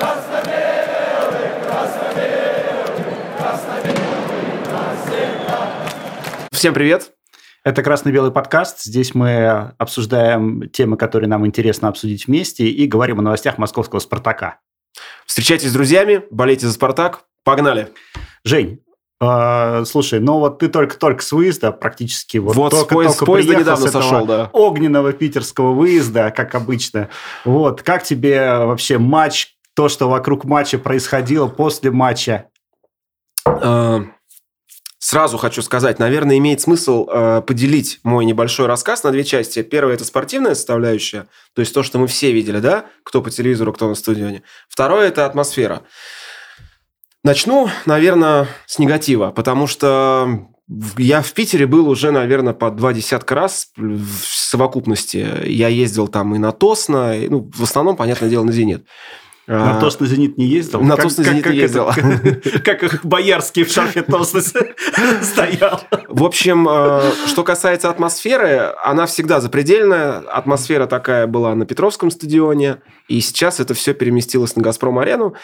Всем привет! Это «Красно-белый подкаст». Здесь мы обсуждаем темы, которые нам интересно обсудить вместе, и говорим о новостях московского «Спартака». Встречайтесь с друзьями, болейте за «Спартак». Погнали! Жень, слушай, вот ты только с выезда практически. Только с поезда недавно сошел, да. Огненного питерского выезда, как обычно. Как тебе вообще матч, то, что вокруг матча происходило после матча? Сразу хочу сказать, наверное, имеет смысл поделить мой небольшой рассказ на две части. Первое – это спортивная составляющая, то есть то, что мы все видели, да, кто по телевизору, кто на стадионе. Второе – это атмосфера. Начну, наверное, с негатива, потому что я в Питере был уже, наверное, по 20 раз в совокупности. Я ездил там и на Тосно, в основном, понятное дело, на «Зенит». На Тосно «Зенит» не ездил? На Тосно «Зенит» не ездил. Как Боярский в шарфе Тосно стоял. В общем, что касается атмосферы, она всегда запредельная. Атмосфера такая была на Петровском стадионе, и сейчас это все переместилось на «Газпром-арену».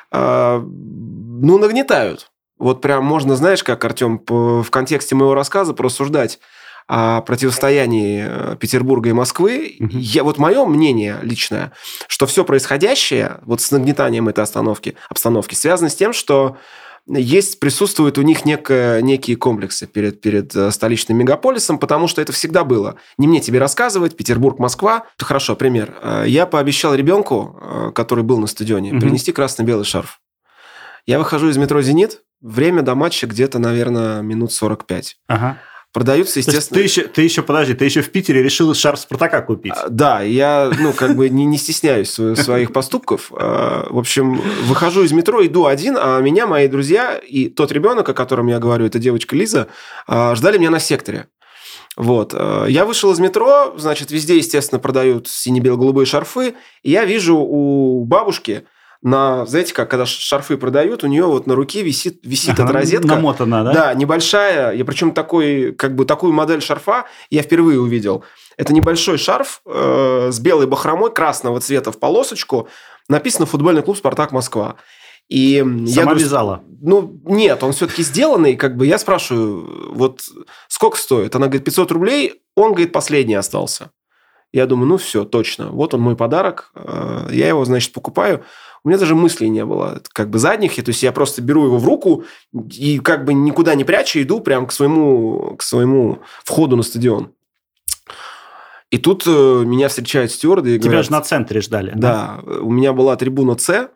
Нагнетают. Прям можно, знаешь, как, Артем, в контексте моего рассказа порассуждать о противостоянии Петербурга и Москвы. Мое мнение личное, что все происходящее с нагнетанием этой обстановки связано с тем, что присутствуют у них некие комплексы перед столичным мегаполисом, потому что это всегда было. Не мне тебе рассказывать, Петербург, Москва. Хорошо, пример. Я пообещал ребенку, который был на стадионе, принести красно-белый шарф. Я выхожу из метро «Зенит», время до матча где-то, наверное, минут 45. Ага. Продаются, естественно... Ты еще в Питере решил шарф «Спартака» купить. Да, я, не стесняюсь своих поступков. В общем, выхожу из метро, иду один, а меня мои друзья и тот ребенок, о котором я говорю, это девочка Лиза, ждали меня на секторе. Я вышел из метро, везде, естественно, продают сине-бело-голубые шарфы, и я вижу у бабушки... знаете как, когда шарфы продают, у нее на руке висит эта розетка. Намотана, да? Да, небольшая. Причем такую модель шарфа я впервые увидел. Это небольшой шарф с белой бахромой красного цвета в полосочку. Написано «Футбольный клуб «Спартак Москва». И сама вязала? Нет, он все-таки сделанный. Я спрашиваю, сколько стоит? Она говорит, 500 рублей. Он, говорит, последний остался. Я думаю, все, точно. Он мой подарок. Я его, покупаю. У меня даже мыслей не было, задних. То есть, я просто беру его в руку и никуда не прячу, иду прямо к своему входу на стадион. И тут меня встречают стюарды и говорят... Тебя же на центре ждали. Да, у меня была трибуна «С».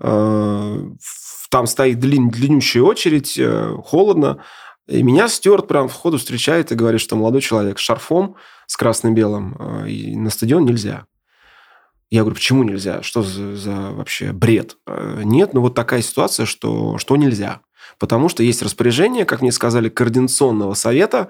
Там стоит длиннющая очередь, холодно. И меня стюард прямо в входу встречает и говорит, что молодой человек с шарфом, с красно-белым, и на стадион нельзя. Я говорю, почему нельзя? Что за вообще бред? Нет, такая ситуация, что нельзя. Потому что есть распоряжение, как мне сказали, координационного совета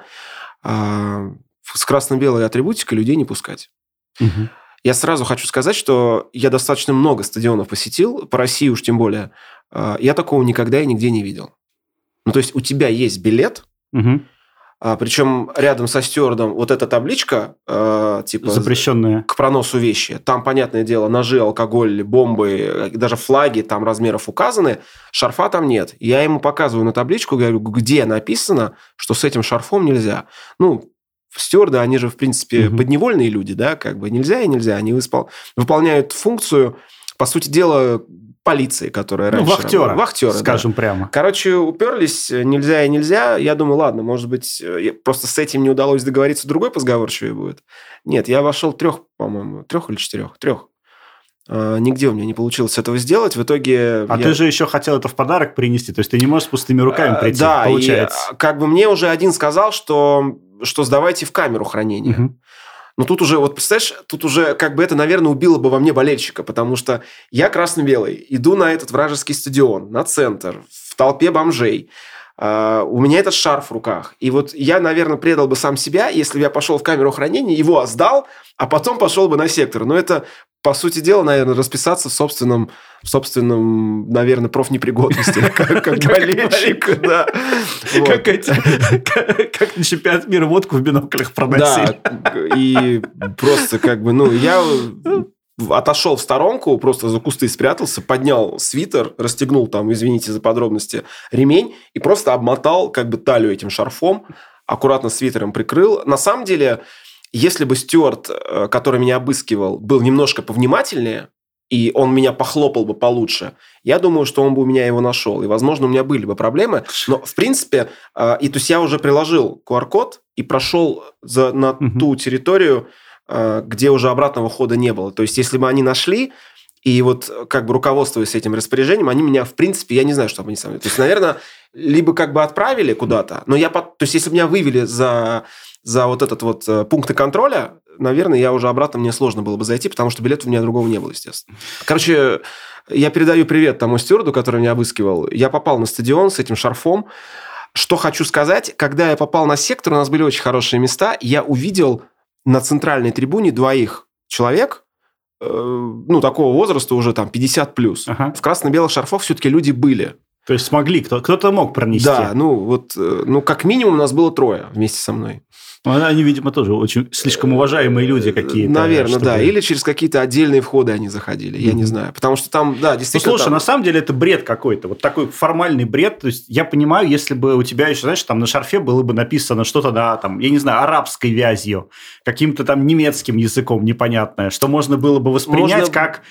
с красно-белой атрибутикой людей не пускать. Угу. Я сразу хочу сказать, что я достаточно много стадионов посетил, по России уж тем более. Я такого никогда и нигде не видел. То есть, у тебя есть билет, причем рядом со стюардом эта табличка, запрещенная к проносу вещи. Там, понятное дело, ножи, алкоголь, бомбы, даже флаги там размеров указаны. Шарфа там нет. Я ему показываю на табличку, говорю, где написано, что с этим шарфом нельзя. Стюарды, они же, в принципе, подневольные люди, да, нельзя и нельзя. Они выполняют функцию, по сути дела, полиции, которая раньше... Вахтера, скажем, да. Прямо. Короче, уперлись, нельзя и нельзя. Я думаю, ладно, может быть, просто с этим не удалось договориться, другой позговорчивее будет. Нет, я вошел 3 или 4. Нигде у меня не получилось этого сделать. В итоге... ты же еще хотел это в подарок принести, то есть ты не можешь с пустыми руками прийти, да, получается. И мне уже один сказал, что сдавайте в камеру хранения. Но тут уже, представляешь, это, наверное, убило бы во мне болельщика, потому что я красно-белый, иду на этот вражеский стадион, на центр, в толпе бомжей. У меня этот шарф в руках. И я, наверное, предал бы сам себя, если бы я пошел в камеру хранения, его сдал, а потом пошел бы на сектор. Но это, по сути дела, наверное, расписаться в собственном, наверное, профнепригодности, как болельщик. Как на чемпионат мира водку в биноклях проносили. Да, и просто я отошел в сторонку, просто за кусты спрятался, поднял свитер, расстегнул там, извините за подробности, ремень и просто обмотал как бы талию этим шарфом, аккуратно свитером прикрыл. На самом деле, если бы Стюарт, который меня обыскивал, был немножко повнимательнее, и он меня похлопал бы получше, я думаю, что он бы у меня его нашел. И, возможно, у меня были бы проблемы. Но, в принципе, то есть я уже приложил QR-код и прошел на ту территорию, где уже обратного хода не было. То есть, если бы они нашли, и вот как бы руководствуясь этим распоряжением, они меня, в принципе, я не знаю, что бы они со мной... То есть, наверное, либо как бы отправили куда-то, но я... То есть, если бы меня вывели за вот этот вот пункты контроля, наверное, я уже обратно, мне сложно было бы зайти, потому что билета у меня другого не было, естественно. Короче, я передаю привет тому стюарду, который меня обыскивал. Я попал на стадион с этим шарфом. Что хочу сказать, когда я попал на сектор, у нас были очень хорошие места, я увидел на центральной трибуне 2 человек, такого возраста уже там 50+. Ага. В красно-белых шарфах все-таки люди были. То есть смогли, кто-то мог пронести. Да, как минимум у нас было 3 вместе со мной. Они, видимо, тоже очень слишком уважаемые люди какие-то. Наверное, да. Или через какие-то отдельные входы они заходили, я не знаю. Потому что там, да, действительно... слушай, на самом деле это бред какой-то. Вот такой формальный бред. То есть я понимаю, если бы у тебя еще, знаешь, там на шарфе было бы написано что-то, да, там, я не знаю, арабской вязью, каким-то там немецким языком непонятное, что можно было бы воспринять как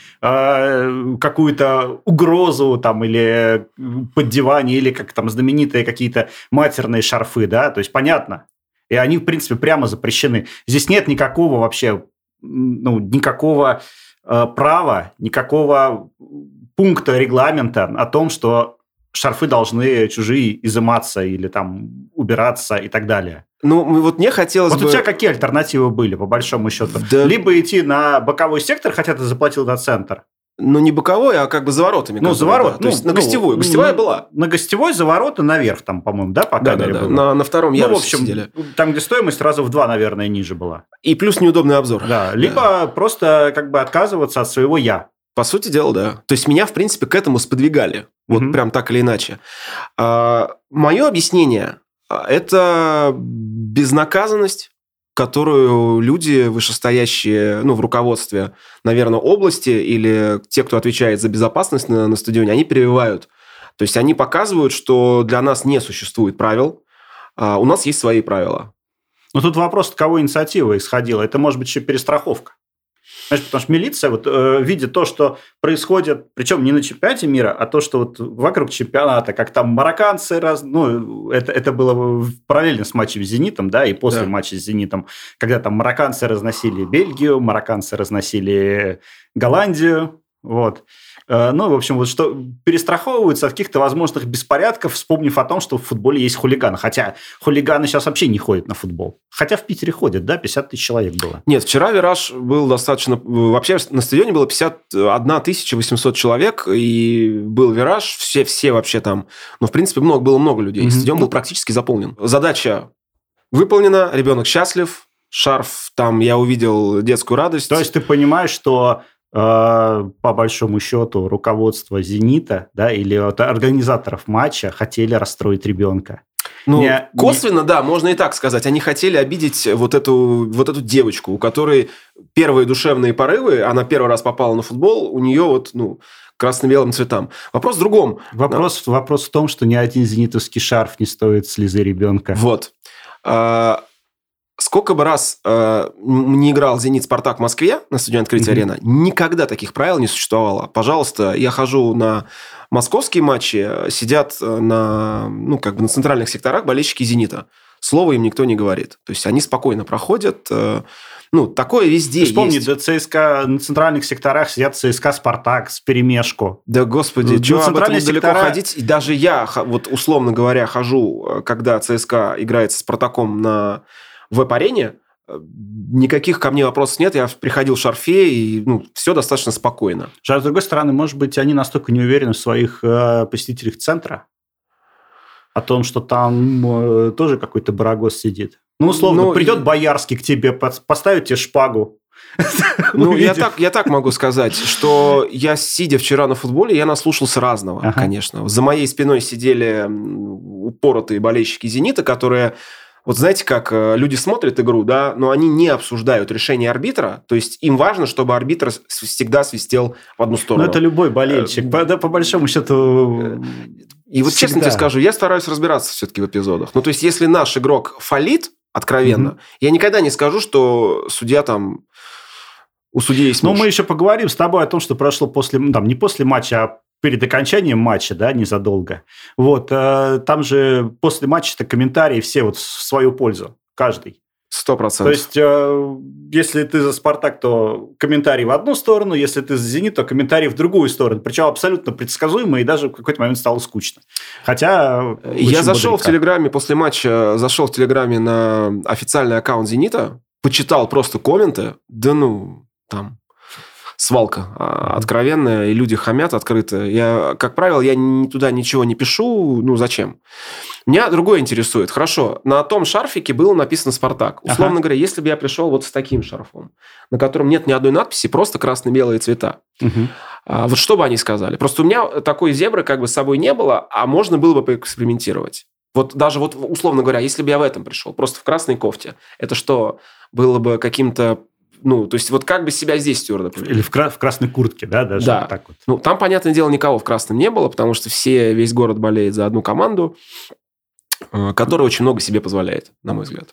какую-то угрозу там или поддевание, или как там знаменитые какие-то матерные шарфы, да, то есть понятно. И они, в принципе, прямо запрещены. Здесь нет никакого вообще, никакого права, никакого пункта регламента о том, что шарфы должны чужие изыматься или там убираться и так далее. Мне хотелось бы... у тебя какие альтернативы были, по большому счету? Да. Либо идти на боковой сектор, хотя ты заплатил на центр. Не боковой, а как бы за воротами. За ворот. Да. То есть на гостевую. Гостевая была. На гостевой за ворота наверх там, по-моему, да, по камере было? На 2-м ярусе сидели. Там, где стоимость раза в 2, наверное, ниже была. И плюс неудобный обзор. Да, либо просто как бы отказываться от своего «я». По сути дела, да. То есть меня, в принципе, к этому сподвигали. Вот прям так или иначе. Мое объяснение – это безнаказанность, которую люди, вышестоящие в руководстве, наверное, области или те, кто отвечает за безопасность на стадионе, они прививают. То есть они показывают, что для нас не существует правил, у нас есть свои правила. Но тут вопрос, от кого инициатива исходила. Это может быть еще перестраховка. Знаешь, потому что милиция, видит то, что происходит, причем не на чемпионате мира, а то, что вокруг чемпионата, как там марокканцы, это было параллельно с матчем с «Зенитом», да, и после матча с «Зенитом», когда там марокканцы разносили Бельгию, марокканцы разносили Голландию, вот. В общем, что перестраховываются от каких-то возможных беспорядков, вспомнив о том, что в футболе есть хулиганы. Хотя хулиганы сейчас вообще не ходят на футбол. Хотя в Питере ходят, да, 50 000 человек было. Нет, вчера вираж был достаточно... Вообще на стадионе было 51 800 человек, и был вираж, все вообще там... в принципе, было много людей. Стадион был практически заполнен. Задача выполнена, ребенок счастлив, шарф, там я увидел детскую радость. То есть ты понимаешь, что... по большому счету, руководство «Зенита», да, или организаторов матча хотели расстроить ребенка. Косвенно, да, можно и так сказать. Они хотели обидеть вот эту девочку, у которой первые душевные порывы, она первый раз попала на футбол, у нее красно-белым цветам. Вопрос в другом. Вопрос в том, что ни один зенитовский шарф не стоит слезы ребенка. Вот. Сколько бы раз не играл «Зенит-Спартак» в Москве на стадионе «Открытие арена», никогда таких правил не существовало. Пожалуйста, я хожу на московские матчи, сидят на центральных секторах болельщики «Зенита». Слова им никто не говорит. То есть они спокойно проходят. Такое везде есть. Вспомни, до ЦСКА на центральных секторах сидят ЦСКА, «Спартак» вперемешку. Да, господи, что об этом далеко ходить? И даже я, условно говоря, хожу, когда ЦСКА играет со «Спартаком» на веб-арене, никаких ко мне вопросов нет. Я приходил в шарфе, и все достаточно спокойно. С другой стороны, может быть, они настолько не уверены в своих посетителях центра, о том, что там тоже какой-то барагос сидит. Условно, придет Боярский к тебе, поставит тебе шпагу. Я так могу сказать, что я, сидя вчера на футболе, я наслушался разного, конечно. За моей спиной сидели упоротые болельщики «Зенита», которые... Вот знаете, как люди смотрят игру, да, но они не обсуждают решение арбитра, то есть им важно, чтобы арбитр всегда свистел в одну сторону. Ну, это любой болельщик, по большому счету. И вот честно тебе скажу, я стараюсь разбираться все-таки в эпизодах. Ну, то есть, если наш игрок фалит откровенно, я никогда не скажу, что судья там... У судьи есть муж. Ну, мы еще поговорим с тобой о том, что прошло после... Там, не после матча, а перед окончанием матча, да, незадолго. Вот, там же после матча-то комментарии все вот в свою пользу, каждый. 100%. То есть, если ты за «Спартак», то комментарий в одну сторону, если ты за «Зенит», то комментарий в другую сторону. Причем абсолютно предсказуемо, и даже в какой-то момент стало скучно. Хотя... Я зашел в Телеграме после матча, в Телеграме на официальный аккаунт «Зенита», почитал просто комменты, там свалка откровенная, и люди хамят открыто. Я, как правило, туда ничего не пишу, зачем? Меня другое интересует. Хорошо, на том шарфике было написано «Спартак». Условно говоря, если бы я пришел вот с таким шарфом, на котором нет ни одной надписи, просто красно-белые цвета, вот что бы они сказали? Просто у меня такой зебры как бы с собой не было, а можно было бы поэкспериментировать. Вот даже вот, условно говоря, если бы я в этом пришел, просто в красной кофте, это что, было бы каким-то... то есть, вот как бы себя здесь стюарда повели? Или в красной куртке, да? Даже да. Вот так вот. Там, понятное дело, никого в красном не было, потому что весь город болеет за одну команду, которая очень много себе позволяет, на мой взгляд.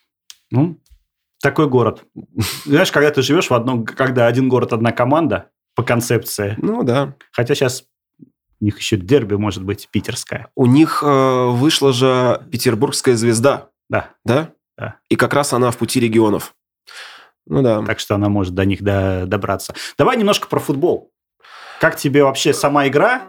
Такой город. Знаешь, когда ты живешь когда один город, одна команда по концепции. Да. Хотя сейчас у них еще дерби, может быть, питерская. У них вышла же петербургская звезда. Да. Да? Да. И как раз она в пути регионов. Да. Так что она может до них добраться. Давай немножко про футбол. Как тебе вообще сама игра?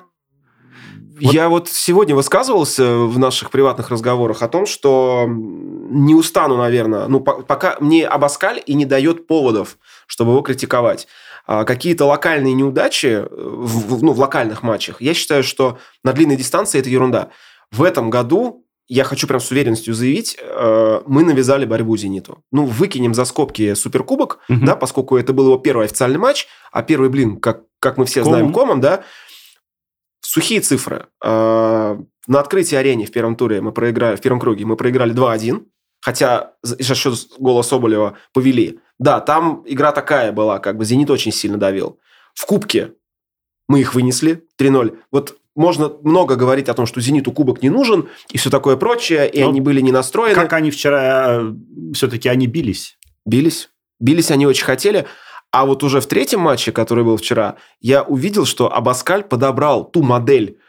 Я вот сегодня высказывался в наших приватных разговорах о том, что не устану, наверное, пока мне Абаскаль и не дает поводов, чтобы его критиковать. Какие-то локальные неудачи в локальных матчах, я считаю, что на длинной дистанции это ерунда. В этом году, я хочу прям с уверенностью заявить, мы навязали борьбу «Зениту». Выкинем за скобки Суперкубок, да, поскольку это был его первый официальный матч, а первый, как мы все знаем, комом, да, сухие цифры. На открытии арены в первом круге мы проиграли 2-1, хотя за счет гола Соболева повели. Да, там игра такая была, как бы «Зенит» очень сильно давил. В Кубке мы их вынесли 3-0. Вот можно много говорить о том, что «Зениту» кубок не нужен и все такое прочее, и они были не настроены. Как они вчера все-таки они бились? Бились они очень хотели. А вот уже в третьем матче, который был вчера, я увидел, что Абаскаль подобрал ту модель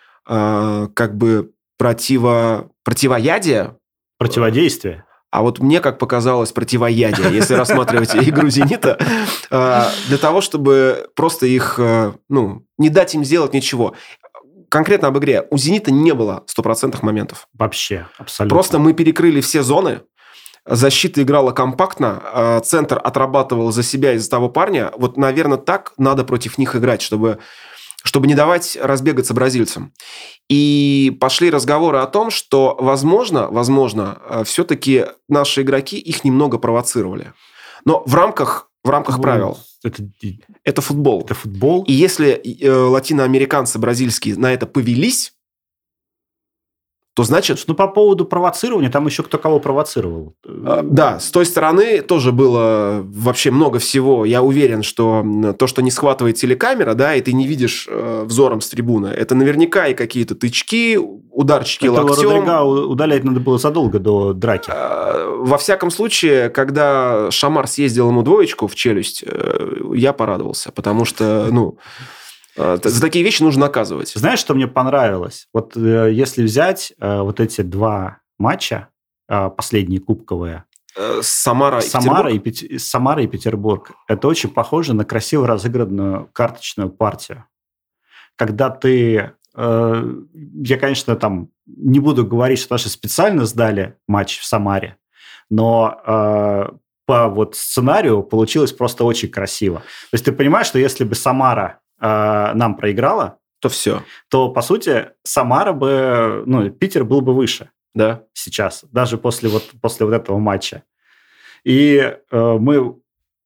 противоядия. Противодействия. А вот мне, как показалось, противоядие, если рассматривать игру «Зенита», для того, чтобы просто их, не дать им сделать ничего. Конкретно об игре. У «Зенита» не было 100% моментов. Вообще, абсолютно. Просто мы перекрыли все зоны, защита играла компактно, центр отрабатывал за себя и за того парня. Вот, наверное, так надо против них играть, чтобы не давать разбегаться бразильцам. И пошли разговоры о том, что, возможно, все-таки наши игроки их немного провоцировали. Но в рамках правил. Это футбол. Это футбол. И если латиноамериканцы бразильские на это повелись, то значит... по поводу провоцирования, там еще кто кого провоцировал. Да, с той стороны тоже было вообще много всего. Я уверен, что то, что не схватывает телекамера, да, и ты не видишь взором с трибуны, это наверняка и какие-то тычки, ударчики локтем. Родрига удалять надо было задолго до драки. Во всяком случае, когда Шамар съездил ему двоечку в челюсть, я порадовался, потому что, за такие вещи нужно наказывать. Знаешь, что мне понравилось? Вот если взять вот эти два матча, последние кубковые, Самара и Петербург, это очень похоже на красиво разыгранную карточную партию. Когда ты... Я, конечно, там не буду говорить, что наши специально сдали матч в Самаре, но по вот сценарию получилось просто очень красиво. То есть ты понимаешь, что если бы Самара нам проиграла, то все. То, по сути, Самара бы... Питер был бы выше. Да. Сейчас. Даже после вот этого матча. И мы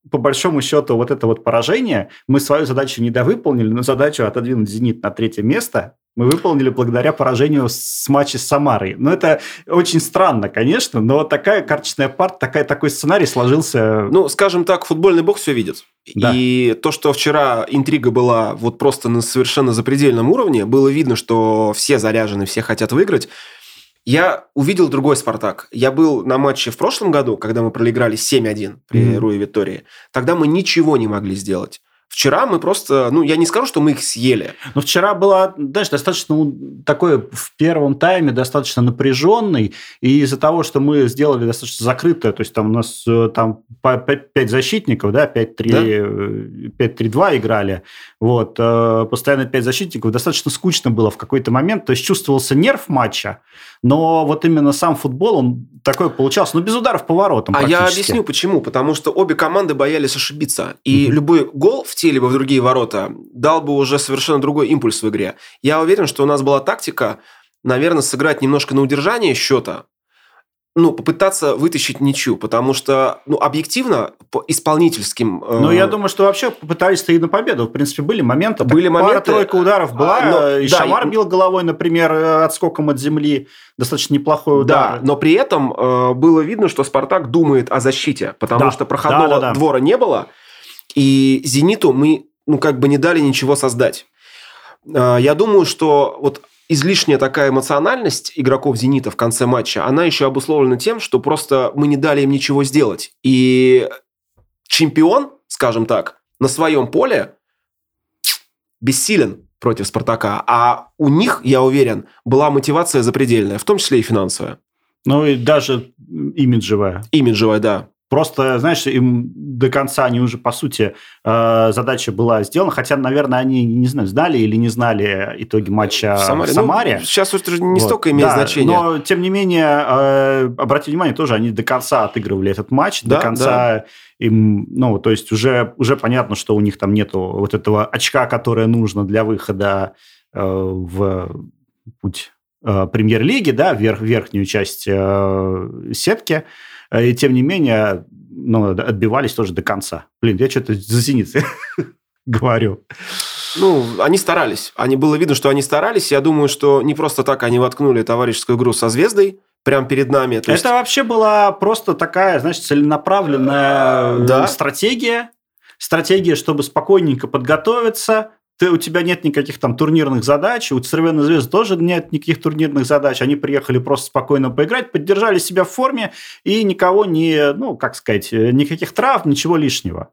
по большому счету, вот это вот поражение, мы свою задачу недовыполнили, но задачу отодвинуть «Зенит» на 3-е место мы выполнили благодаря поражению с матча с Самарой. Ну, это очень странно, конечно, но такая карточная партия, такой сценарий сложился. Ну, скажем так, футбольный бог все видит. Да. И то, что вчера интрига была вот просто на совершенно запредельном уровне, было видно, что все заряжены, все хотят выиграть. Я увидел другой «Спартак». Я был на матче в прошлом году, когда мы проиграли 7-1 при Руи Витории. Тогда мы ничего не могли сделать. Вчера мы просто... Ну, я не скажу, что мы их съели. Но вчера было, знаешь, достаточно такой в первом тайме достаточно напряженный. И из-за того, что мы сделали достаточно закрытое, то есть там у нас там 5 защитников, да, 5-3-2 играли. Вот. Постоянно 5 защитников. Достаточно скучно было в какой-то момент. То есть чувствовался нерв матча. Но вот именно сам футбол, он такой получался. Ну, без ударов по воротам практически. А я объясню, почему. Потому что обе команды боялись ошибиться. И любой гол в те либо в другие ворота дал бы уже совершенно другой импульс в игре. Я уверен, что у нас была тактика, наверное, сыграть немножко на удержание счета, ну, попытаться вытащить ничью, потому что, ну, объективно, по исполнительским... Ну, я думаю, что вообще попытались-то и на победу. В принципе, были моменты. Были моменты. Пара-тройка ударов была. И да, Шамар бил головой, например, отскоком от земли. Достаточно неплохой удар. Да, но при этом было видно, что «Спартак» думает о защите, потому что проходного двора не было, и «Зениту» мы, ну, как бы не дали ничего создать. Я думаю, что вот излишняя такая эмоциональность игроков «Зенита» в конце матча, она еще обусловлена тем, что просто мы не дали им ничего сделать. И чемпион, скажем так, на своем поле бессилен против «Спартака». А у них, я уверен, была мотивация запредельная, в том числе и финансовая. Ну, и даже имиджевая. Имиджевая, да. Просто, знаешь, им до конца они уже, по сути, задача была сделана. Хотя, наверное, они, не знаю, знали или не знали итоги матча в Самаре. Ну, сейчас уже не столько имеет значения. Но, тем не менее, обратите внимание, тоже они до конца отыгрывали этот матч. До конца им, ну, то есть уже понятно, что у них там нету вот этого очка, которое нужно для выхода в путь премьер-лиги, да, в верхнюю часть сетки. И, тем не менее, ну, отбивались тоже до конца. Блин, я что-то за «Зенит» говорю. Ну, они старались. Было видно, что они старались. Я думаю, что не просто так они воткнули товарищескую игру со «Звездой» прямо перед нами. То есть... Это вообще была просто такая, знаешь, целенаправленная стратегия. Стратегия, чтобы спокойненько подготовиться. У тебя нет никаких там турнирных задач, у «Цервеной звезды» тоже нет никаких турнирных задач, они приехали просто спокойно поиграть, поддержали себя в форме и никого не, ну, как сказать, никаких травм, ничего лишнего.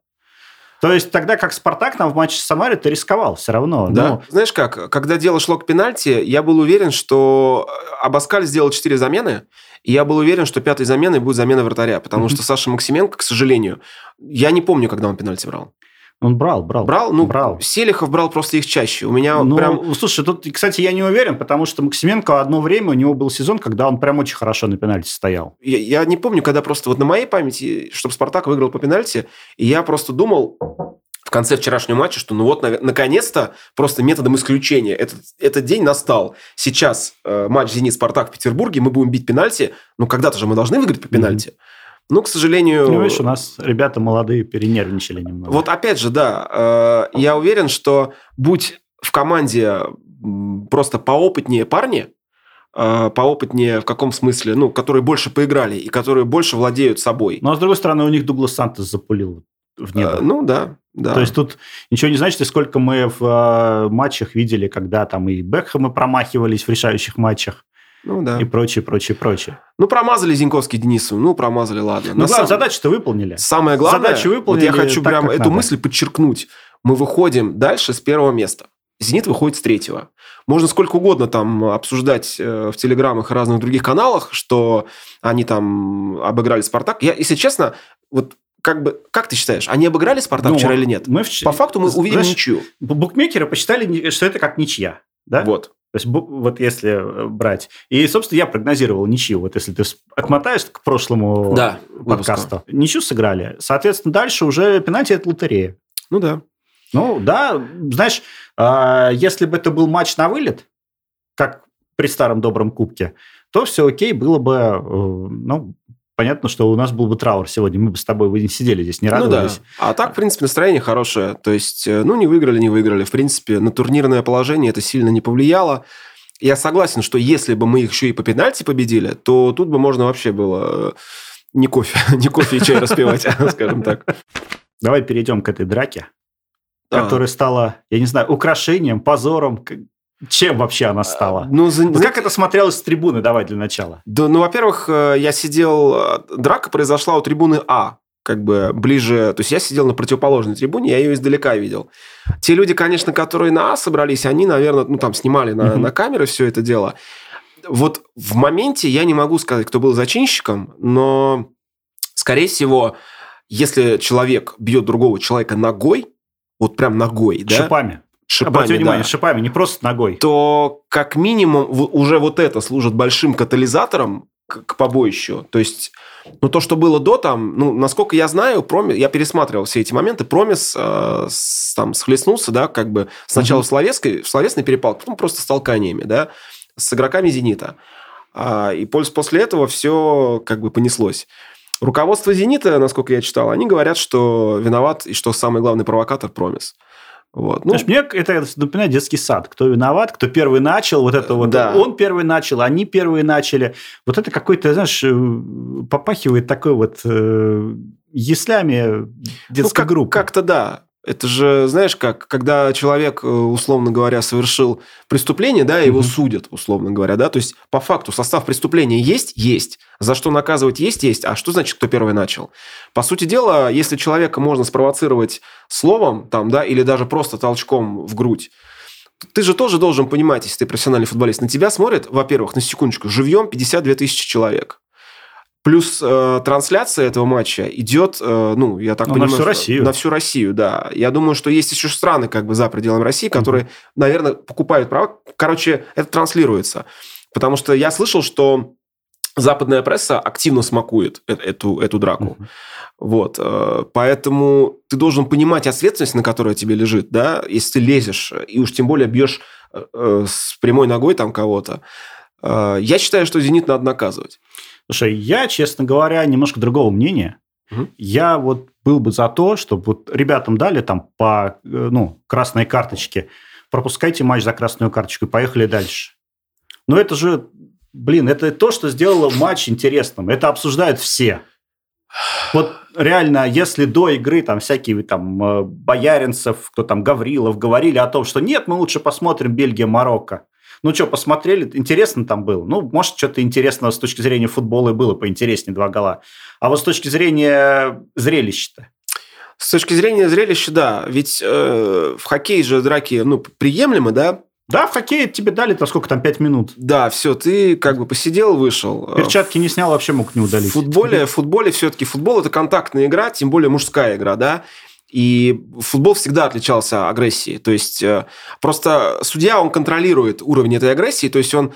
То есть тогда как «Спартак» нам в матче с Самарой ты рисковал все равно. Да. Ну... Знаешь как, когда дело шло к пенальти, я был уверен, что Абаскаль сделал 4 замены, и я был уверен, что 5-й заменой будет замена вратаря, потому что Саша Максименко, к сожалению, я не помню, когда он пенальти брал. Он брал. Ну, брал. Селихов брал просто их чаще. У меня прям... Слушай, тут, кстати, я не уверен, потому что Максименко одно время, у него был сезон, когда он прям очень хорошо на пенальти стоял. Я не помню, когда просто вот на моей памяти, чтобы «Спартак» выиграл по пенальти, и я просто думал в конце вчерашнего матча, что ну вот, наконец-то, просто методом исключения этот день настал. Сейчас матч «Зенит-Спартак» в Петербурге, мы будем бить пенальти, но когда-то же мы должны выиграть по пенальти. Ну, к сожалению... Ну, видишь, у нас ребята молодые перенервничали немного. Вот опять же, да, я уверен, что будь в команде просто поопытнее парни, поопытнее в каком смысле, ну, которые больше поиграли и которые больше владеют собой. Ну, а с другой стороны, у них Дуглас Сантос запулил в небо. Ну, да. То есть тут ничего не значит, и сколько мы в матчах видели, когда там и Бекхэмы промахивались в решающих матчах. Ну, да. И прочее. Ну, промазали Зиньковский Денису. Промазали, ладно. Ну, задачу-то выполнили. Самое главное, задачу выполнили, вот я хочу прям эту мысль подчеркнуть. Мы выходим дальше с 1-го места. «Зенит» выходит с 3-го. Можно сколько угодно там обсуждать в телеграммах и разных других каналах, что они там обыграли «Спартак». Я, если честно, вот как ты считаешь, они обыграли «Спартак» вчера или нет? По факту мы увидели ничью. Букмекеры посчитали, что это как ничья. Да? Вот. То есть, вот если брать. И, собственно, я прогнозировал ничью. Вот если ты отмотаешь к прошлому подкасту. Ничью сыграли. Соответственно, дальше уже пенальти – это лотерея. Ну, да. Ну, да. Знаешь, если бы это был матч на вылет, как при старом добром кубке, то все окей, было бы, ну, понятно, что у нас был бы траур сегодня. Мы бы с тобой не сидели здесь, не радовались. Ну да. А так, в принципе, настроение хорошее. То есть, не выиграли. В принципе, на турнирное положение это сильно не повлияло. Я согласен, что если бы мы их еще и по пенальти победили, то тут бы можно вообще было не кофе и чай распивать, скажем так. Давай перейдем к этой драке, которая стала, я не знаю, украшением, позором. Чем вообще она стала? Как это смотрелось с трибуны? Давай для начала. Да, во-первых, я сидел... Драка произошла у трибуны А, как бы ближе... То есть, я сидел на противоположной трибуне, я ее издалека видел. Те люди, конечно, которые на А собрались, они, наверное, там снимали на камеры все это дело. Вот в моменте я не могу сказать, кто был зачинщиком, но, скорее всего, если человек бьет другого человека ногой, вот прям ногой, да? Шипами. Обратите внимание, шипами, не просто ногой. То, как минимум, уже вот это служит большим катализатором к побоищу. То есть, то, что было до там, насколько я знаю, я пересматривал все эти моменты, Промис схлестнулся, да, как бы сначала в словесной перепалке, потом просто с толканиями, да, с игроками «Зенита». И после этого все как бы понеслось. Руководство «Зенита», насколько я читал, они говорят, что виноват и что самый главный провокатор Промис. Вот. Знаешь, мне это напоминает детский сад. Кто виноват, кто первый начал, вот это вот. Да. Он первый начал, они первые начали. Вот это какой-то, знаешь, попахивает такой вот яслями детской группы. Как-то да. Это же, знаешь, когда человек, условно говоря, совершил преступление, да, его судят, условно говоря, да, то есть по факту состав преступления есть, за что наказывать есть, а что значит, кто первый начал? По сути дела, если человека можно спровоцировать словом, там, да, или даже просто толчком в грудь, ты же тоже должен понимать, если ты профессиональный футболист, на тебя смотрят, во-первых, на секундочку, живьем 52 тысячи человек. Плюс трансляция этого матча идет, я так понимаю, на всю Россию. На всю Россию, да. Я думаю, что есть еще страны как бы за пределами России, которые, наверное, покупают права. Короче, это транслируется. Потому что я слышал, что западная пресса активно смакует эту драку. Вот. Поэтому ты должен понимать ответственность, на которой тебе лежит, да, если ты лезешь, и уж тем более бьешь с прямой ногой там кого-то. Я считаю, что «Зенит» надо наказывать. Слушай, я, честно говоря, немножко другого мнения. Я вот был бы за то, чтобы вот ребятам дали там по красной карточке, пропускайте матч за красную карточку и поехали дальше. Но это же, это то, что сделало матч интересным. Это обсуждают все. Вот реально, если до игры там всякие там Бояринцев, кто там Гаврилов говорили о том, что нет, мы лучше посмотрим Бельгия-Марокко. Посмотрели, интересно там было. Может, что-то интересного с точки зрения футбола и было поинтереснее 2 гола. А вот с точки зрения зрелища-то? С точки зрения зрелища, да. Ведь в хоккее же драки, приемлемы, да? Да, в хоккее тебе дали, сколько там, 5 минут. Да, все, ты как бы посидел, вышел. Перчатки не снял, вообще мог не удалить. В футболе все-таки футбол – это контактная игра, тем более мужская игра, да? И футбол всегда отличался агрессией. То есть, просто судья, он контролирует уровень этой агрессии, то есть, он,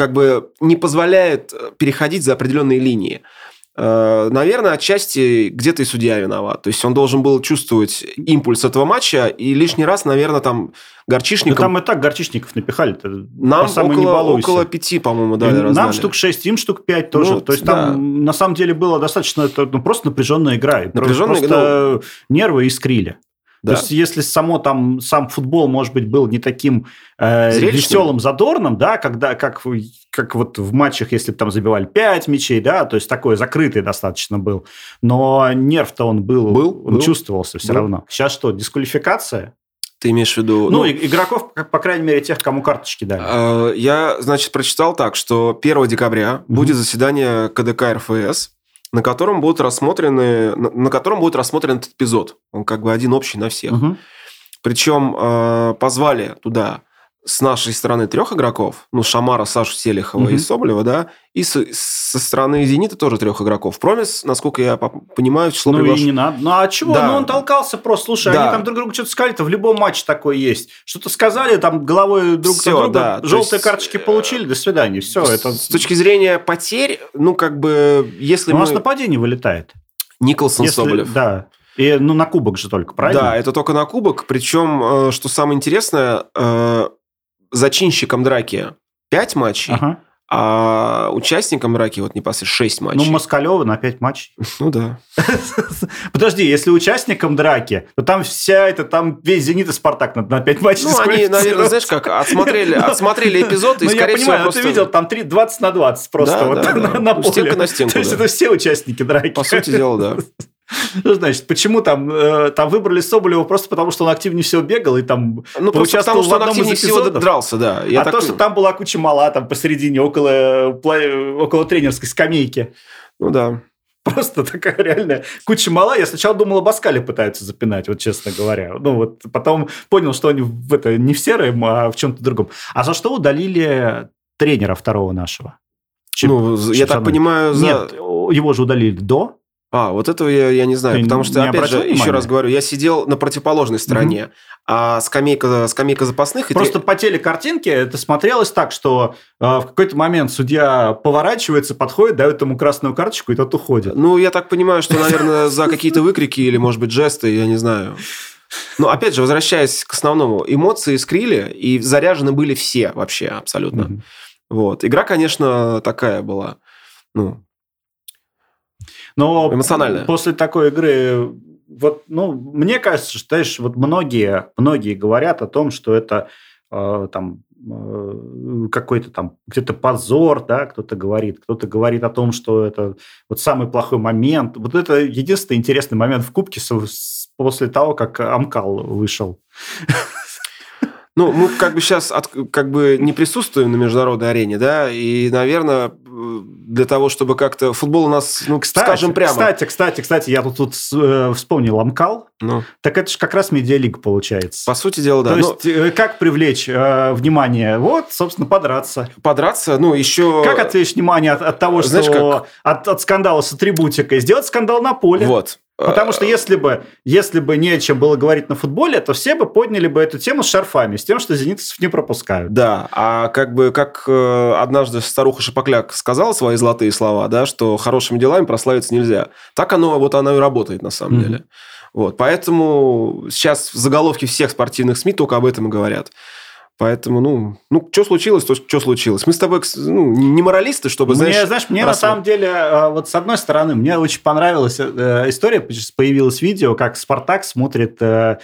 не позволяет переходить за определенные линии. Наверное, отчасти где-то и судья виноват. То есть, он должен был чувствовать импульс этого матча, и лишний раз, наверное, там горчишникам... Да там и так горчишников напихали-то. Нам около 5, по-моему, дали, раздали. Нам штук 6, им штук 5 тоже. То есть, там на самом деле было достаточно... просто напряженная игра. Просто нервы искрили. Да. То есть, если сам футбол, может быть, был не таким веселым, задорным, да, как вот в матчах, если бы там забивали 5 мячей, да, то есть, такой закрытый достаточно был. Но нерв-то он был. Чувствовался все равно. Сейчас что, дисквалификация? Ты имеешь в виду... игроков, по крайней мере, тех, кому карточки дали. Я, прочитал так, что 1 декабря будет заседание КДК РФС, на котором будет рассмотрен этот эпизод. Он как бы один общий на всех. Причем позвали туда с нашей стороны 3 игроков, Шамара, Сашу Селихова и Соболева, да, и со стороны «Зенита» тоже 3 игроков. Промис, насколько я понимаю, число приглашенных. И не надо. А чего? Да. Он толкался просто. Слушай, они там друг другу что-то сказали-то, в любом матче такое есть. Что-то сказали, там головой друг друга, да, желтые карточки получили, до свидания. Все, это... С точки зрения потерь, если у нас нападение вылетает. Николсон, Соболев. Да. И, на кубок же только, правильно? Да, это только на кубок. Причем, что самое интересное, зачинщиком драки 5 матчей, А участникам драки вот непосредственно 6 матчей. Ну, Москалёва на 5 матчей. Ну, да. Подожди, если участникам драки, то там там весь «Зенит» и «Спартак» на 5 матчей. Ну, они, наверное, знаешь как, отсмотрели эпизод, и, скорее всего, просто... ты видел, там 20 на 20 просто на поле. Стенка на стенку, то есть, это все участники драки. По сути дела, да. Что значит, почему там выбрали Соболева просто потому, что он активнее всего бегал и там поучаствовал в одном из эпизодов? Дрался, да. То, что там была куча мала там посередине, около тренерской скамейки. Ну да. Просто такая реальная куча мала. Я сначала думал, Абаскали пытаются запинать, вот честно говоря. Ну вот потом понял, что они не в сером, а в чем-то другом. А за что удалили тренера второго нашего? Я так понимаю... Нет, его же удалили до... Вот этого я не знаю, потому что, опять же, еще раз говорю, я сидел на противоположной стороне, а скамейка запасных... Просто по телекартинке это смотрелось так, что в какой-то момент судья поворачивается, подходит, дает ему красную карточку, и тот уходит. Ну, я так понимаю, что, наверное, за какие-то выкрики или, может быть, жесты, я не знаю. Но, опять же, возвращаясь к основному, эмоции искрили, и заряжены были все вообще абсолютно. Вот. Игра, конечно, такая была, но эмоциональная. После такой игры, мне кажется, что, знаешь, вот многие говорят о том, что это какой-то там где-то позор, да, кто-то говорит о том, что это вот самый плохой момент. Вот это единственный интересный момент в Кубке после того, как Амкал вышел. Ну, мы сейчас не присутствуем на международной арене, да, и, наверное, для того, чтобы как-то... Футбол у нас, скажем прямо... Кстати, я тут вспомнил Амкал. Так это же как раз медиалига получается. По сути дела, да. То есть, как привлечь внимание? Вот, собственно, подраться. Подраться, еще... Как отвлечь внимание от того, знаешь, что... От скандала с атрибутикой? Сделать скандал на поле. Вот. Потому что если бы не о чем было говорить на футболе, то все бы подняли бы эту тему с шарфами, с тем, что зенитцев не пропускают. Да, а как однажды старуха Шапокляк сказала свои золотые слова, да, что хорошими делами прославиться нельзя. Так оно и работает на самом деле. Вот, поэтому сейчас заголовки всех спортивных СМИ только об этом и говорят. Поэтому, что случилось, то что случилось. Мы с тобой не моралисты, чтобы, Мне на самом деле, вот с одной стороны, мне очень понравилась история, появилось видео, как «Спартак» смотрит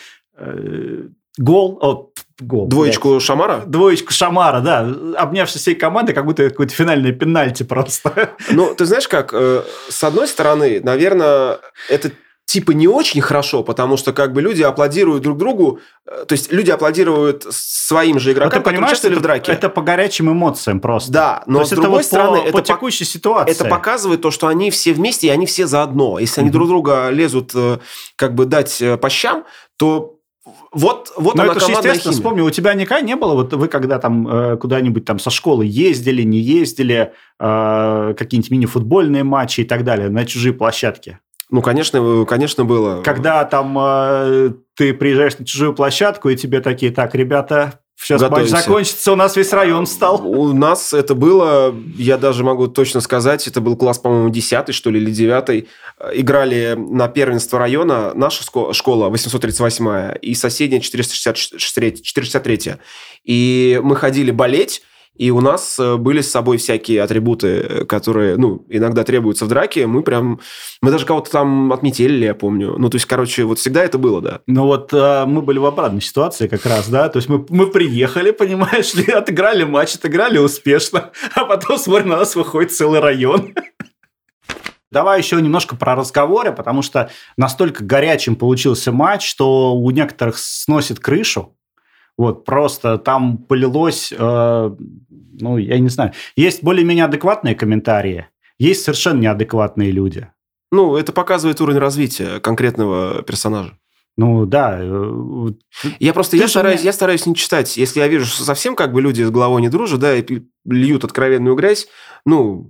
гол. Двоечку Шамара? Двоечку Шамара, да. Обнявшись всей командой, как будто это какое-то финальное пенальти просто. Ну, ты знаешь как, с одной стороны, наверное, это... не очень хорошо, потому что люди аплодируют друг другу, то есть люди аплодируют своим же игрокам, которые участвовали в драке. Это по горячим эмоциям просто. Да, но с другой стороны, это по текущей ситуации. Это показывает то, что они все вместе, и они все заодно. Если они друг друга лезут дать по щам, то вот она это командная естественно, химия. Вспомни, у тебя никогда не было, вот вы когда там куда-нибудь там со школы ездили, не ездили, какие-нибудь мини-футбольные матчи и так далее на чужие площадки? Ну, конечно, было. Когда там ты приезжаешь на чужую площадку, и тебе такие: так, ребята, сейчас матч закончится, у нас весь район встал. У нас это было, я даже могу точно сказать, это был класс, по-моему, 10-й, что ли, или 9-й. Играли на первенство района наша школа, 838-я, и соседняя 463-я. И мы ходили болеть. И у нас были с собой всякие атрибуты, которые, иногда требуются в драке. Мы даже кого-то там отметили, я помню. То есть, вот всегда это было, да. Мы были в обратной ситуации как раз, да. То есть, мы приехали, понимаешь ли, отыграли матч, отыграли успешно, а потом, смотри, на нас выходит целый район. Давай еще немножко про разговоры, потому что настолько горячим получился матч, что у некоторых сносит крышу. Вот, просто там полилось, я не знаю. Есть более-менее адекватные комментарии, есть совершенно неадекватные люди. Это показывает уровень развития конкретного персонажа. Да. Я стараюсь не читать. Если я вижу, что совсем люди с головой не дружат, да, и льют откровенную грязь, не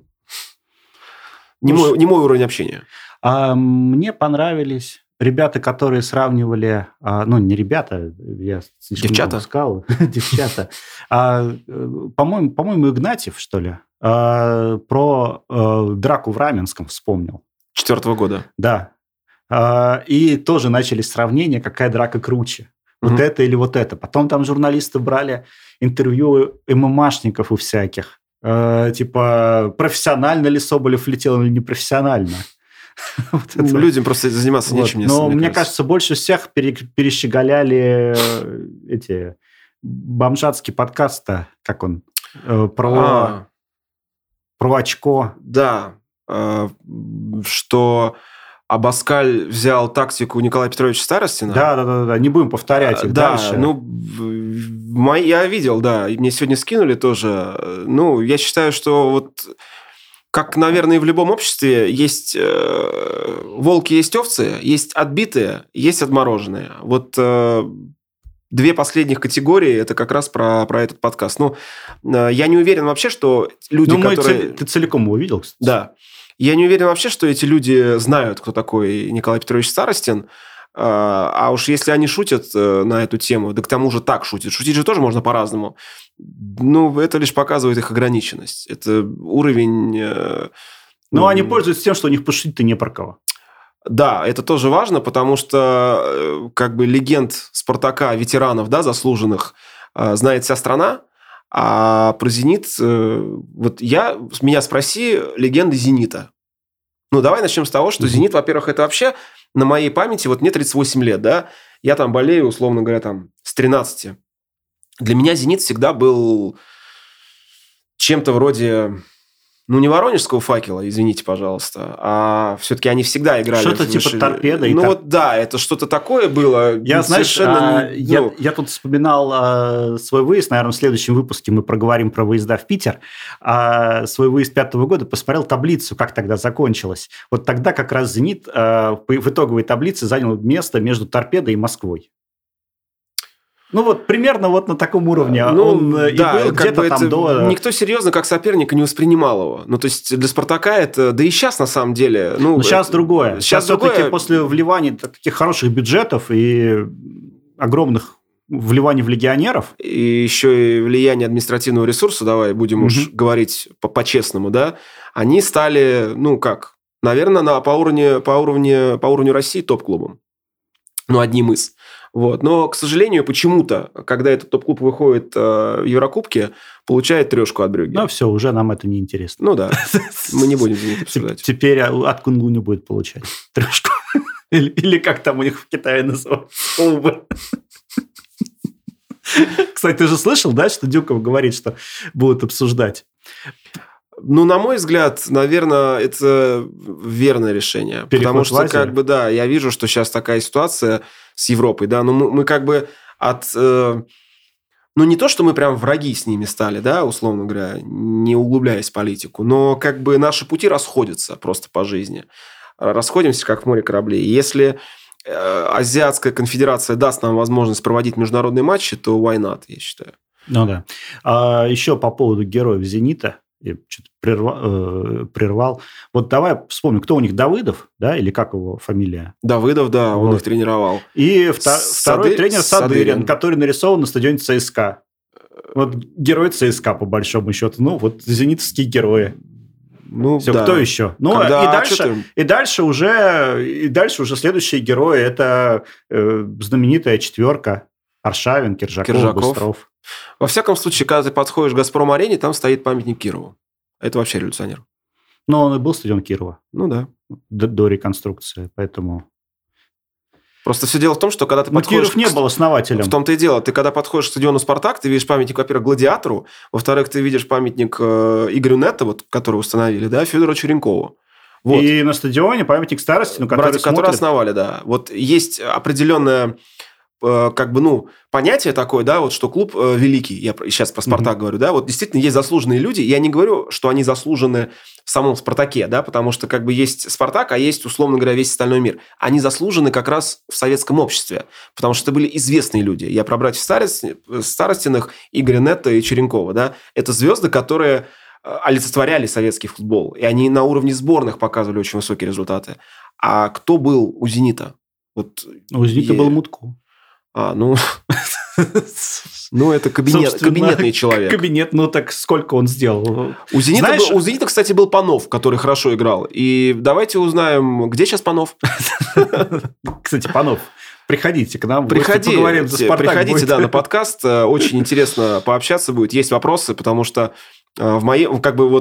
мой уровень общения. Мне понравились... Ребята, которые сравнивали... не ребята, я слишком девчата. Сказал. Девчата. По-моему, Игнатьев, что ли, про драку в Раменском вспомнил. 4-го года. Да. И тоже начались сравнения, какая драка круче. Вот это или вот это. Потом там журналисты брали интервью ММАшников у всяких. Типа, профессионально ли Соболев летел или непрофессионально. Людям просто заниматься нечем. Но мне кажется, больше всех перещеголяли эти бомжатские подкасты, как он, про очко. Да, что Абаскаль взял тактику Николая Петровича Старостина. Да, не будем повторять их дальше. Я видел, да, и мне сегодня скинули тоже. Я считаю, что вот как, наверное, и в любом обществе есть волки, есть овцы, есть отбитые, есть отмороженные. Вот две последних категории – это как раз про этот подкаст. Я не уверен вообще, что люди, которые… Ты целиком его видел, кстати. Да. Я не уверен вообще, что эти люди знают, кто такой Николай Петрович Старостин. А уж если они шутят на эту тему, да к тому же так шутят. Шутить же тоже можно по-разному. Это лишь показывает их ограниченность. Это уровень… они пользуются тем, что у них пошутить-то не про кого. Да, это тоже важно, потому что легенд «Спартака», ветеранов, да, заслуженных, знает вся страна. А про «Зенит», меня спроси легенды «Зенита». Давай начнем с того, что «Зенит», во-первых, это вообще на моей памяти, мне 38 лет, да, я там болею, условно говоря, с 13. Для меня «Зенит» всегда был чем-то вроде, не воронежского «Факела», извините, пожалуйста, а все-таки они всегда играли. Что-то типа «Торпеда». Это что-то такое было. Я тут вспоминал свой выезд, наверное, в следующем выпуске мы проговорим про выезда в Питер. Свой выезд 2005 года, посмотрел таблицу, как тогда закончилось. Вот тогда как раз «Зенит» в итоговой таблице занял место между «Торпедой» и «Москвой». Примерно на таком уровне. Он был где-то там до… Никто серьезно как соперника не воспринимал его. То есть для «Спартака» это… Да и сейчас, на самом деле… сейчас другое. Сейчас все-таки после вливания таких хороших бюджетов и огромных вливаний в легионеров… И еще и влияние административного ресурса, давай будем уж говорить по-честному, да, они стали, наверное, по уровню России топ-клубом. Одним из… Но, к сожалению, почему-то, когда этот топ-клуб выходит в Еврокубке, получает трешку от Брюгге. Все, уже нам это не интересно. Да. Мы не будем это обсуждать. Теперь от Кунгу не будет получать трешку. Или как там у них в Китае называют. Кстати, ты же слышал, да, что Дюков говорит, что будут обсуждать? На мой взгляд, наверное, это верное решение. Потому что, я вижу, что сейчас такая ситуация с Европой, да, мы от… не то, что мы прям враги с ними стали, да, условно говоря, не углубляясь в политику, но наши пути расходятся просто по жизни. Расходимся, как в море кораблей. И если Азиатская конфедерация даст нам возможность проводить международные матчи, то why not, я считаю. Да. Еще по поводу героев «Зенита». Я что-то прервал. Давай вспомним, кто у них, Давыдов, да, или как его фамилия? Давыдов, да, он их тренировал. И второй тренер Садырин, который нарисован на стадионе ЦСКА. Герой ЦСКА, по большому счету. зенитовские герои. Все, да. Кто еще? И дальше уже следующие герои – это знаменитая четверка. Аршавин, Киржаков, Быстров. Во всяком случае, когда ты подходишь к «Газпром-арене», там стоит памятник Кирову. Это вообще революционер. Но он и был стадион Кирова. Да. До реконструкции, поэтому… Просто все дело в том, что когда ты подходишь… Киров не был основателем. В том-то и дело. Ты когда подходишь к стадиону «Спартак», ты видишь памятник, во-первых, гладиатору, во-вторых, ты видишь памятник Игорю Нетто, который установили, да, Федору Черенкову. И на стадионе памятник Старостину, который основали, да. Есть определенное… понятие такое, да, что клуб великий, я сейчас про «Спартак» говорю, да, действительно есть заслуженные люди, я не говорю, что они заслужены в самом «Спартаке», да, потому что есть «Спартак», а есть, условно говоря, весь остальной мир. Они заслужены как раз в советском обществе, потому что это были известные люди. Я про братьев Старостиных, Игоря Нетто и Черенкова, да, это звезды, которые олицетворяли советский футбол, и они на уровне сборных показывали очень высокие результаты. А кто был у «Зенита»? У «Зенита» был Мутко. Это кабинетный человек. Кабинет, так сколько он сделал? У «Зенита», кстати, был Панов, который хорошо играл. И давайте узнаем, где сейчас Панов. Кстати, Панов, приходите к нам. Приходите, да, на подкаст. Очень интересно пообщаться будет. Есть вопросы, потому что В моем,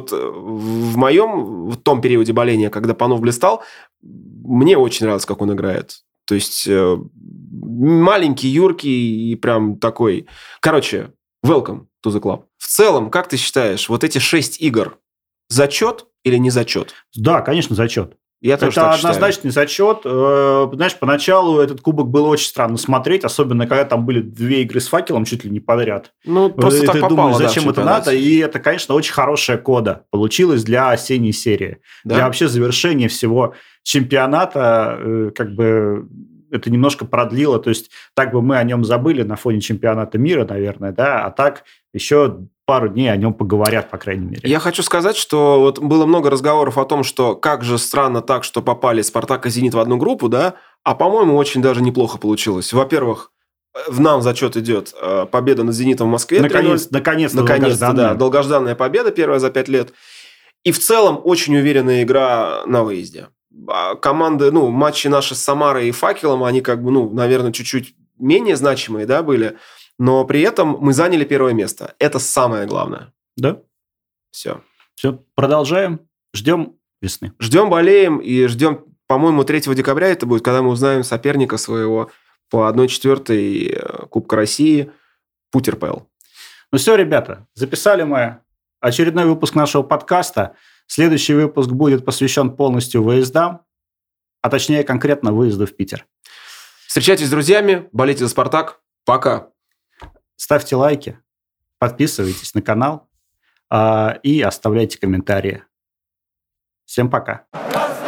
в том периоде боления, когда Панов блистал, мне очень нравилось, как он играет. То есть, маленький, юркий и прям такой... Короче, welcome to the club. В целом, как ты считаешь, вот эти 6 игр зачет или не зачет? Да, конечно, зачет. Я тоже это так считаю. однозначный зачет. Знаешь, поначалу этот кубок было очень странно смотреть, особенно когда там были 2 игры с факелом чуть ли не подряд. Ну, просто так ты попало, думаешь, зачем это надо? И это, конечно, очень хорошая кода получилась для осенней серии. Да? Для вообще завершения всего чемпионата, как бы это немножко продлило. То есть так бы мы о нем забыли на фоне чемпионата мира, наверное, да, а так еще пару дней о нем поговорят, по крайней мере. Я хочу сказать, что вот было много разговоров о том, что как же странно так, что попали «Спартак» и «Зенит» в одну группу, да, а, по-моему, очень даже неплохо получилось. Во-первых, в нам зачет идет победа над «Зенитом» в Москве. Наконец-то, да, долгожданная победа, первая за 5 лет. И в целом очень уверенная игра на выезде. Команды, матчи наши с Самарой и Факелом, они как бы, наверное, чуть-чуть менее значимые, да, были. Но при этом мы заняли первое место. Это самое главное. Да. Все, продолжаем. Ждем весны. Ждем, болеем и ждем, по-моему, 3 декабря это будет, когда мы узнаем соперника своего по 1/4 Кубка России Путь РПЛ. Ну все, ребята, записали мы очередной выпуск нашего подкаста. Следующий выпуск будет посвящен полностью выездам, а точнее конкретно выезду в Питер. Встречайтесь с друзьями, болейте за «Спартак». Пока. Ставьте лайки, подписывайтесь на канал и оставляйте комментарии. Всем пока.